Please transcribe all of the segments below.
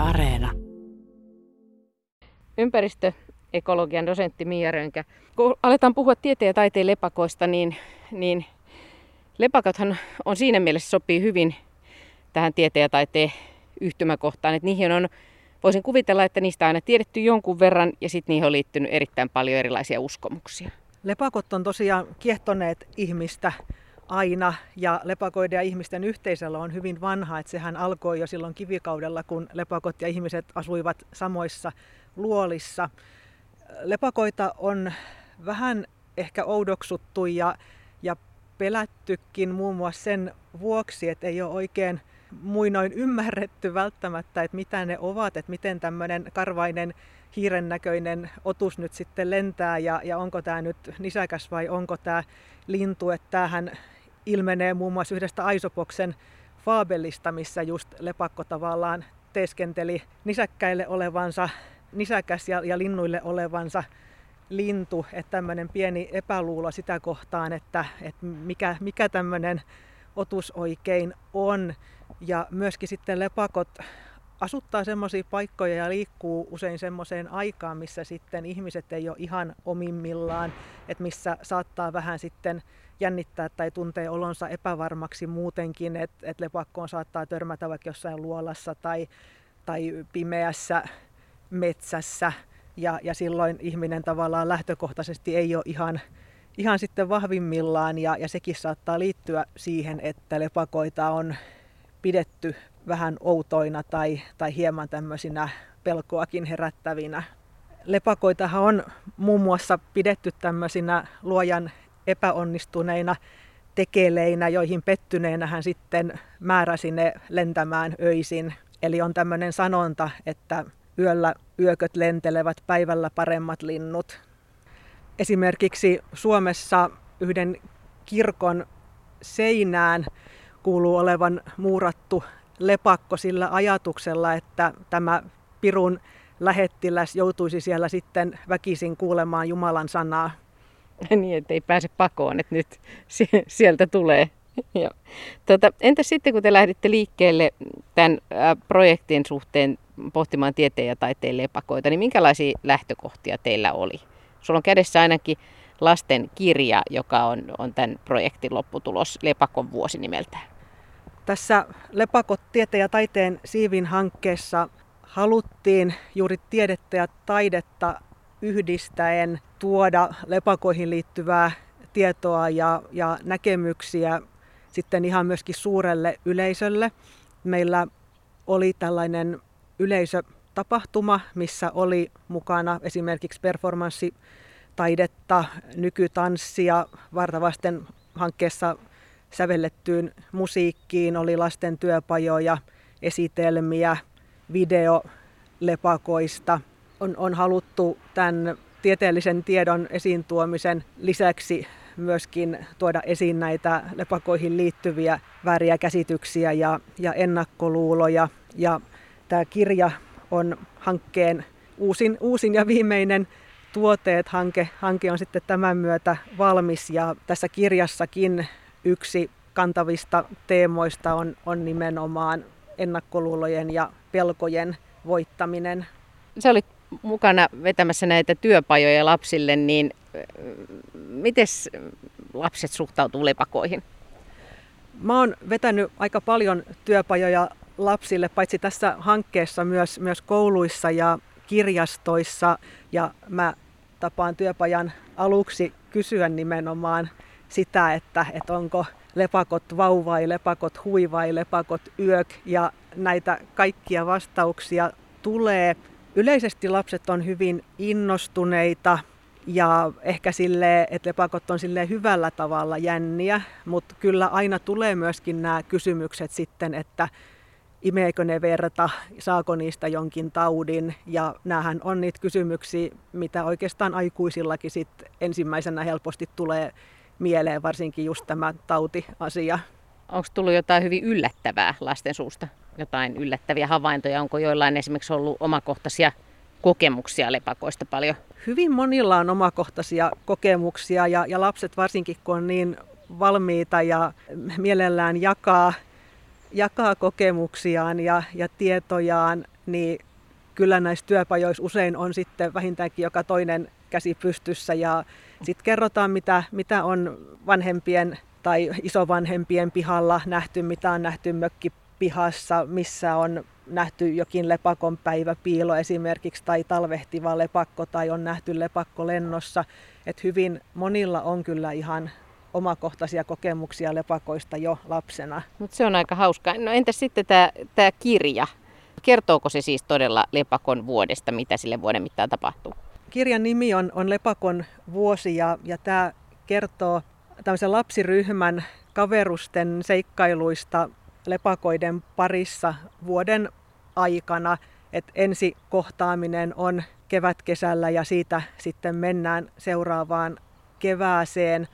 Areena. Ympäristöekologian dosentti Mia Rönkä. Kun aletaan puhua tieteen ja taiteen lepakoista, niin lepakothan on siinä mielessä sopii hyvin tähän tieteen ja taiteen yhtymäkohtaan. Että niihin voisin kuvitella, että niistä on aina tiedetty jonkun verran ja sitten niihin on liittynyt erittäin paljon erilaisia uskomuksia. Lepakot on tosiaan kiehtoneet ihmistä aina ja lepakoiden ja ihmisten yhteisöllä on hyvin vanha, että sehän alkoi jo silloin kivikaudella, kun lepakot ja ihmiset asuivat samoissa luolissa. Lepakoita on vähän ehkä oudoksuttu ja pelättykin muun muassa sen vuoksi, että ei ole oikein muinoin ymmärretty välttämättä, että mitä ne ovat, että miten tämmöinen karvainen hiiren näköinen otus nyt sitten lentää ja onko tämä nyt nisäkäs vai onko tämä lintu, että tämähän ilmenee muun muassa yhdestä Aesopoksen faabelista, missä just lepakko tavallaan teeskenteli nisäkkäille olevansa nisäkäs ja linnuille olevansa lintu, että tämmöinen pieni epäluulo sitä kohtaan, että mikä tämmöinen otus oikein on. Ja myöskin sitten lepakot asuttaa semmoisia paikkoja ja liikkuu usein semmoiseen aikaan, missä sitten ihmiset ei ole ihan omimmillaan, että missä saattaa vähän sitten jännittää tai tuntee olonsa epävarmaksi muutenkin, että lepakkoon saattaa törmätä vaikka jossain luolassa tai pimeässä metsässä ja silloin ihminen tavallaan lähtökohtaisesti ei ole ihan sitten vahvimmillaan ja sekin saattaa liittyä siihen, että lepakoita on pidetty vähän outoina tai hieman tämmöisinä pelkoakin herättävinä. Lepakoitahan on muun muassa pidetty tämmöisinä luojan epäonnistuneina tekeleinä, joihin pettyneenä hän sitten määräsi ne lentämään öisin. Eli on tämmöinen sanonta, että yöllä yököt lentelevät, päivällä paremmat linnut. Esimerkiksi Suomessa yhden kirkon seinään kuuluu olevan muurattu lepakko sillä ajatuksella, että tämä Pirun lähettiläs joutuisi siellä sitten väkisin kuulemaan Jumalan sanaa. Niin, ettei pääse pakoon, että nyt sieltä tulee. Entäs sitten, kun te lähditte liikkeelle tämän projektin suhteen pohtimaan tieteen ja taiteen lepakoita, niin minkälaisia lähtökohtia teillä oli? Sulla on kädessä ainakin lasten kirja, joka on tämän projektin lopputulos, Lepakon vuosi nimeltään. Tässä Lepakot tieteen ja taiteen siivin hankkeessa haluttiin juuri tiedettä ja taidetta yhdistäen tuoda lepakoihin liittyvää tietoa ja näkemyksiä sitten ihan myöskin suurelle yleisölle. Meillä oli tällainen yleisötapahtuma, missä oli mukana esimerkiksi performanssitaidetta, nykytanssia, vartavasten hankkeessa sävellettyyn musiikkiin, oli lasten työpajoja, esitelmiä, videolepakoista. On haluttu tämän tieteellisen tiedon esiin tuomisen lisäksi myöskin tuoda esiin näitä lepakoihin liittyviä vääriä käsityksiä ja ennakkoluuloja. Ja tämä kirja on hankkeen uusin ja viimeinen tuote, että hanke on sitten tämän myötä valmis. Ja tässä kirjassakin yksi kantavista teemoista on nimenomaan ennakkoluulojen ja pelkojen voittaminen. Sä olit mukana vetämässä näitä työpajoja lapsille, niin miten lapset suhtautuu lepakoihin? Mä oon vetänyt aika paljon työpajoja lapsille, paitsi tässä hankkeessa myös kouluissa ja kirjastoissa. Ja mä tapaan työpajan aluksi kysyä nimenomaan sitä, että onko lepakot vau vai lepakot hui vai lepakot yök. Ja näitä kaikkia vastauksia tulee. Yleisesti lapset on hyvin innostuneita ja ehkä silleen, että lepakot on silleen hyvällä tavalla jänniä, mutta kyllä aina tulee myöskin nämä kysymykset sitten, että imeekö ne verta, saako niistä jonkin taudin. Ja näähän on niitä kysymyksiä, mitä oikeastaan aikuisillakin sit ensimmäisenä helposti tulee mieleen, varsinkin just tämä tautiasia. Onko tullut jotain hyvin yllättävää lasten suusta? Jotain yllättäviä havaintoja? Onko joillain esimerkiksi ollut omakohtaisia kokemuksia lepakoista paljon? Hyvin monilla on omakohtaisia kokemuksia ja lapset varsinkin kun on niin valmiita ja mielellään jakaa kokemuksiaan ja tietojaan, niin kyllä näissä työpajoissa usein on sitten vähintäänkin joka toinen käsi pystyssä ja sitten kerrotaan, mitä on vanhempien tai isovanhempien pihalla nähty, mitä on nähty mökkipihassa, missä on nähty jokin lepakon päiväpiilo esimerkiksi tai talvehtiva lepakko tai on nähty lepakko lennossa. Et hyvin monilla on kyllä ihan omakohtaisia kokemuksia lepakoista jo lapsena. Mutta se on aika hauskaa. No entäs sitten tämä kirja? Kertooko se siis todella lepakon vuodesta, mitä sille vuoden mittaan tapahtuu? Kirjan nimi on Lepakon vuosi ja tämä kertoo tämmöisen lapsiryhmän kaverusten seikkailuista lepakoiden parissa vuoden aikana. Et ensi kohtaaminen on kevätkesällä ja siitä sitten mennään seuraavaan kevääseen.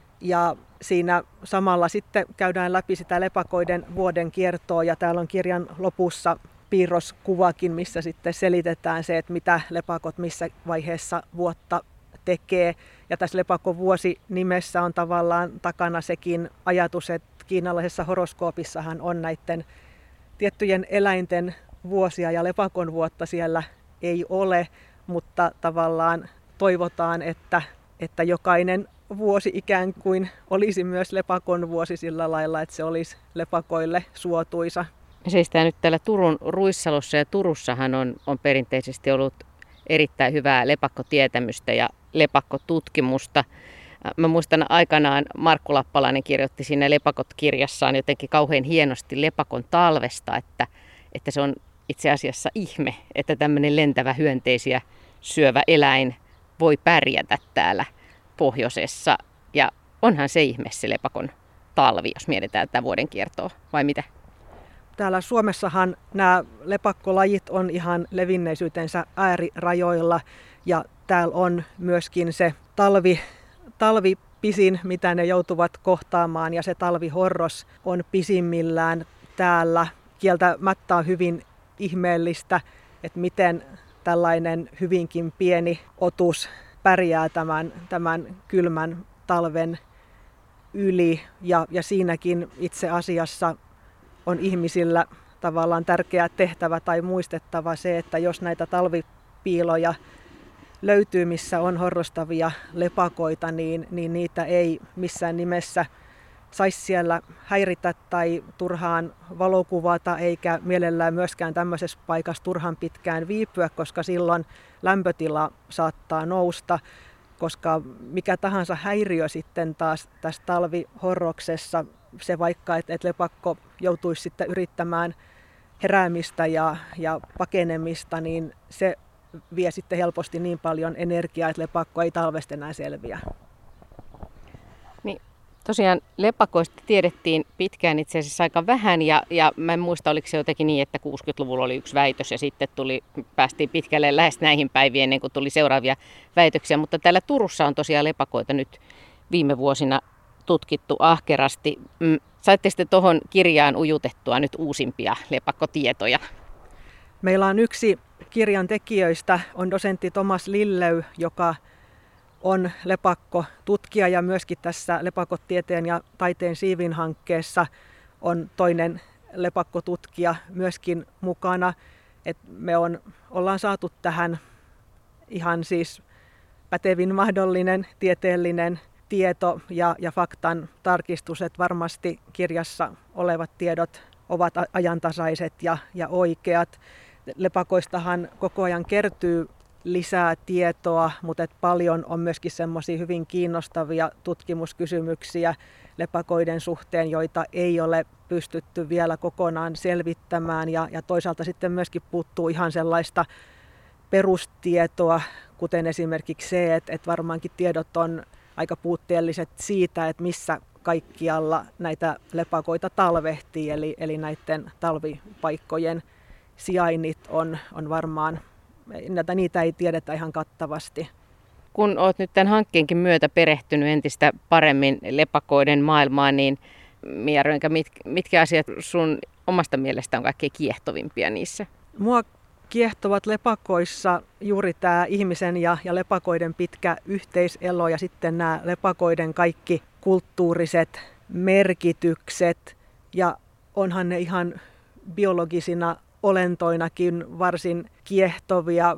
Ja siinä samalla sitten käydään läpi sitä lepakoiden vuoden kiertoa ja täällä on kirjan lopussa piirroskuvakin, missä sitten selitetään se, että mitä lepakot missä vaiheessa vuotta tekee. Ja tässä lepakon vuosi nimessä on tavallaan takana sekin ajatus, että kiinalaisessa horoskoopissahan on näiden tiettyjen eläinten vuosia ja lepakon vuotta siellä ei ole, mutta tavallaan toivotaan, että jokainen vuosi ikään kuin olisi myös lepakon vuosi sillä lailla, että se olisi lepakoille suotuisa. Me seistään nyt täällä Turun Ruissalossa ja Turussahan on perinteisesti ollut erittäin hyvää lepakkotietämystä ja lepakkotutkimusta. Mä muistan aikanaan Markku Lappalainen kirjoitti siinä Lepakot-kirjassaan jotenkin kauhean hienosti lepakon talvesta, että se on itse asiassa ihme, että tämmöinen lentävä hyönteisiä syövä eläin voi pärjätä täällä pohjoisessa. Ja onhan se ihme se lepakon talvi, jos mietitään tätä vuoden kiertoa, vai mitä? Täällä Suomessahan nämä lepakkolajit on ihan levinneisyytensä äärirajoilla ja täällä on myöskin se talvi pisin, mitä ne joutuvat kohtaamaan ja se talvihorros on pisimmillään täällä. Kieltämättä on hyvin ihmeellistä, että miten tällainen hyvinkin pieni otus pärjää tämän kylmän talven yli ja siinäkin itse asiassa on ihmisillä tavallaan tärkeä tehtävä tai muistettava se, että jos näitä talvipiiloja löytyy, missä on horrostavia lepakoita, niin niitä ei missään nimessä saisi siellä häiritä tai turhaan valokuvata, eikä mielellään myöskään tämmöisessä paikassa turhan pitkään viipyä, koska silloin lämpötila saattaa nousta, koska mikä tahansa häiriö sitten taas tässä talvihorroksessa, se vaikka, että lepakko joutuisi sitten yrittämään heräämistä ja pakenemista, niin se vie sitten helposti niin paljon energiaa, että lepakko ei talvesta enää selviä. Niin, tosiaan lepakoista tiedettiin pitkään itse asiassa aika vähän ja mä en muista, oliko se jotenkin niin, että 60-luvulla oli yksi väitös ja sitten päästiin pitkälle lähes näihin päiviin ennen kuin tuli seuraavia väitöksiä, mutta täällä Turussa on tosiaan lepakoita nyt viime vuosina tutkittu ahkerasti. Saitte sitten tuohon kirjaan ujutettua nyt uusimpia lepakkotietoja? Meillä on yksi kirjan tekijöistä, on dosentti Thomas Lilleu, joka on lepakkotutkija ja myöskin tässä Lepakotieteen ja taiteen siivin hankkeessa on toinen lepakkotutkija myöskin mukana. Et me ollaan saatu tähän ihan siis pätevin mahdollinen tieteellinen tieto ja faktan tarkistus, että varmasti kirjassa olevat tiedot ovat ajantasaiset ja oikeat. Lepakoistahan koko ajan kertyy lisää tietoa, mutta paljon on myöskin semmoisia hyvin kiinnostavia tutkimuskysymyksiä lepakoiden suhteen, joita ei ole pystytty vielä kokonaan selvittämään ja toisaalta sitten myöskin puuttuu ihan sellaista perustietoa, kuten esimerkiksi se, että varmaankin tiedot on aika puutteelliset siitä, että missä kaikkialla näitä lepakoita talvehtii, eli näiden talvipaikkojen sijainnit on varmaan, niitä ei tiedetä ihan kattavasti. Kun olet nyt tämän hankkeenkin myötä perehtynyt entistä paremmin lepakoiden maailmaan, niin Mia Rönkä, mitkä asiat sun omasta mielestä on kaikkein kiehtovimpia niissä? Mua kiehtovat lepakoissa juuri tämä ihmisen ja lepakoiden pitkä yhteiselo ja sitten nämä lepakoiden kaikki kulttuuriset merkitykset. Ja onhan ne ihan biologisina olentoinakin varsin kiehtovia,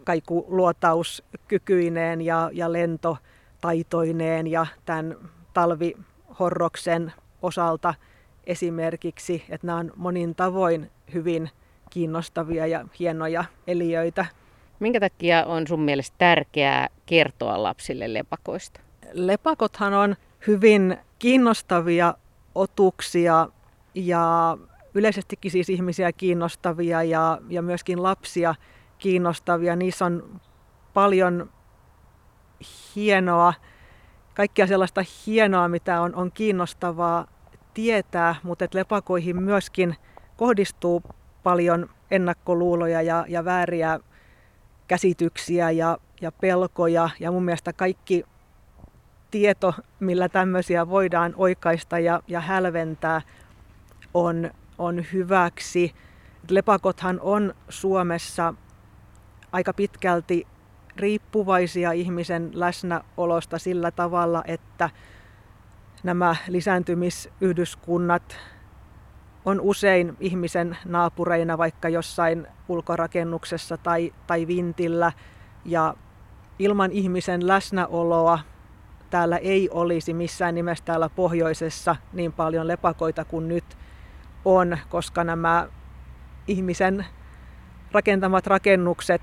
kaikuluotauskykyineen ja lentotaitoineen ja tämän talvihorroksen osalta esimerkiksi, että nämä on monin tavoin hyvin kiinnostavia ja hienoja eliöitä. Minkä takia on sun mielestä tärkeää kertoa lapsille lepakoista? Lepakothan on hyvin kiinnostavia otuksia ja yleisestikin siis ihmisiä kiinnostavia ja myöskin lapsia kiinnostavia. Niissä on paljon hienoa, kaikkia sellaista hienoa, mitä on kiinnostavaa tietää, mutta lepakoihin myöskin kohdistuu paljon ennakkoluuloja ja vääriä käsityksiä ja pelkoja. Ja mun mielestä kaikki tieto, millä tämmöisiä voidaan oikaista ja hälventää, on hyväksi. Lepakothan on Suomessa aika pitkälti riippuvaisia ihmisen läsnäolosta sillä tavalla, että nämä lisääntymisyhdyskunnat on usein ihmisen naapureina vaikka jossain ulkorakennuksessa tai vintillä. Ja ilman ihmisen läsnäoloa täällä ei olisi missään nimessä täällä pohjoisessa niin paljon lepakoita kuin nyt on, koska nämä ihmisen rakentamat rakennukset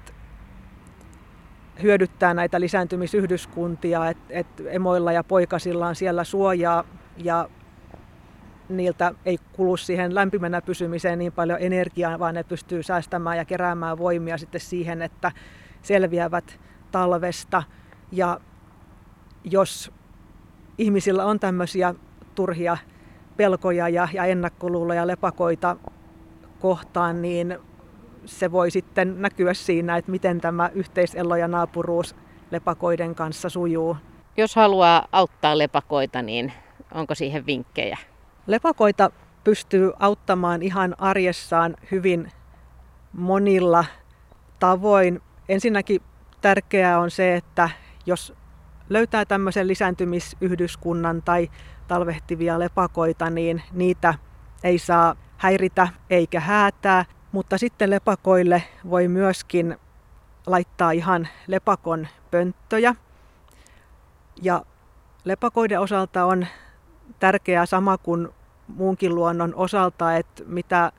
hyödyttää näitä lisääntymisyhdyskuntia, että emoilla ja poikasilla on siellä suojaa ja niiltä ei kulu siihen lämpimänä pysymiseen niin paljon energiaa, vaan ne pystyy säästämään ja keräämään voimia sitten siihen, että selviävät talvesta. Ja jos ihmisillä on tämmöisiä turhia pelkoja ja ennakkoluuloja lepakoita kohtaan, niin se voi sitten näkyä siinä, että miten tämä yhteiselo ja naapuruus lepakoiden kanssa sujuu. Jos haluaa auttaa lepakoita, niin onko siihen vinkkejä? Lepakoita pystyy auttamaan ihan arjessaan hyvin monilla tavoin. Ensinnäkin tärkeää on se, että jos löytää tämmöisen lisääntymisyhdyskunnan tai talvehtivia lepakoita, niin niitä ei saa häiritä eikä häätää. Mutta sitten lepakoille voi myöskin laittaa ihan lepakon pönttöjä. Ja lepakoiden osalta on tärkeää sama kuin muunkin luonnon osalta, että mitä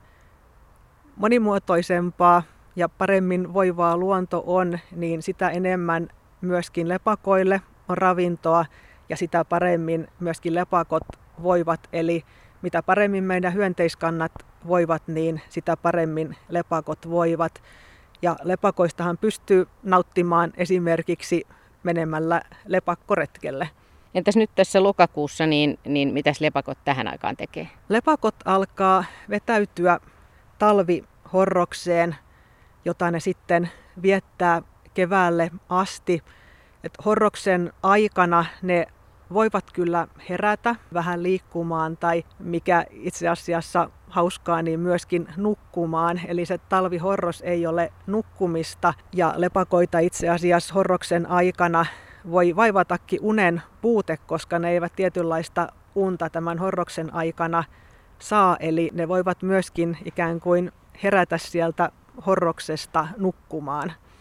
monimuotoisempaa ja paremmin voivaa luonto on, niin sitä enemmän myöskin lepakoille on ravintoa ja sitä paremmin myöskin lepakot voivat. Eli mitä paremmin meidän hyönteiskannat voivat, niin sitä paremmin lepakot voivat. Ja lepakoistahan pystyy nauttimaan esimerkiksi menemällä lepakkoretkelle. Entäs nyt tässä lokakuussa, niin mitäs lepakot tähän aikaan tekee? Lepakot alkaa vetäytyä talvihorrokseen, jota ne sitten viettää keväälle asti. Et horroksen aikana ne voivat kyllä herätä vähän liikkumaan tai mikä itse asiassa hauskaa, niin myöskin nukkumaan. Eli se talvihorros ei ole nukkumista ja lepakoita itse asiassa horroksen aikana voi vaivatakin unen puute, koska ne eivät tietynlaista unta tämän horroksen aikana saa. Eli ne voivat myöskin ikään kuin herätä sieltä horroksesta nukkumaan.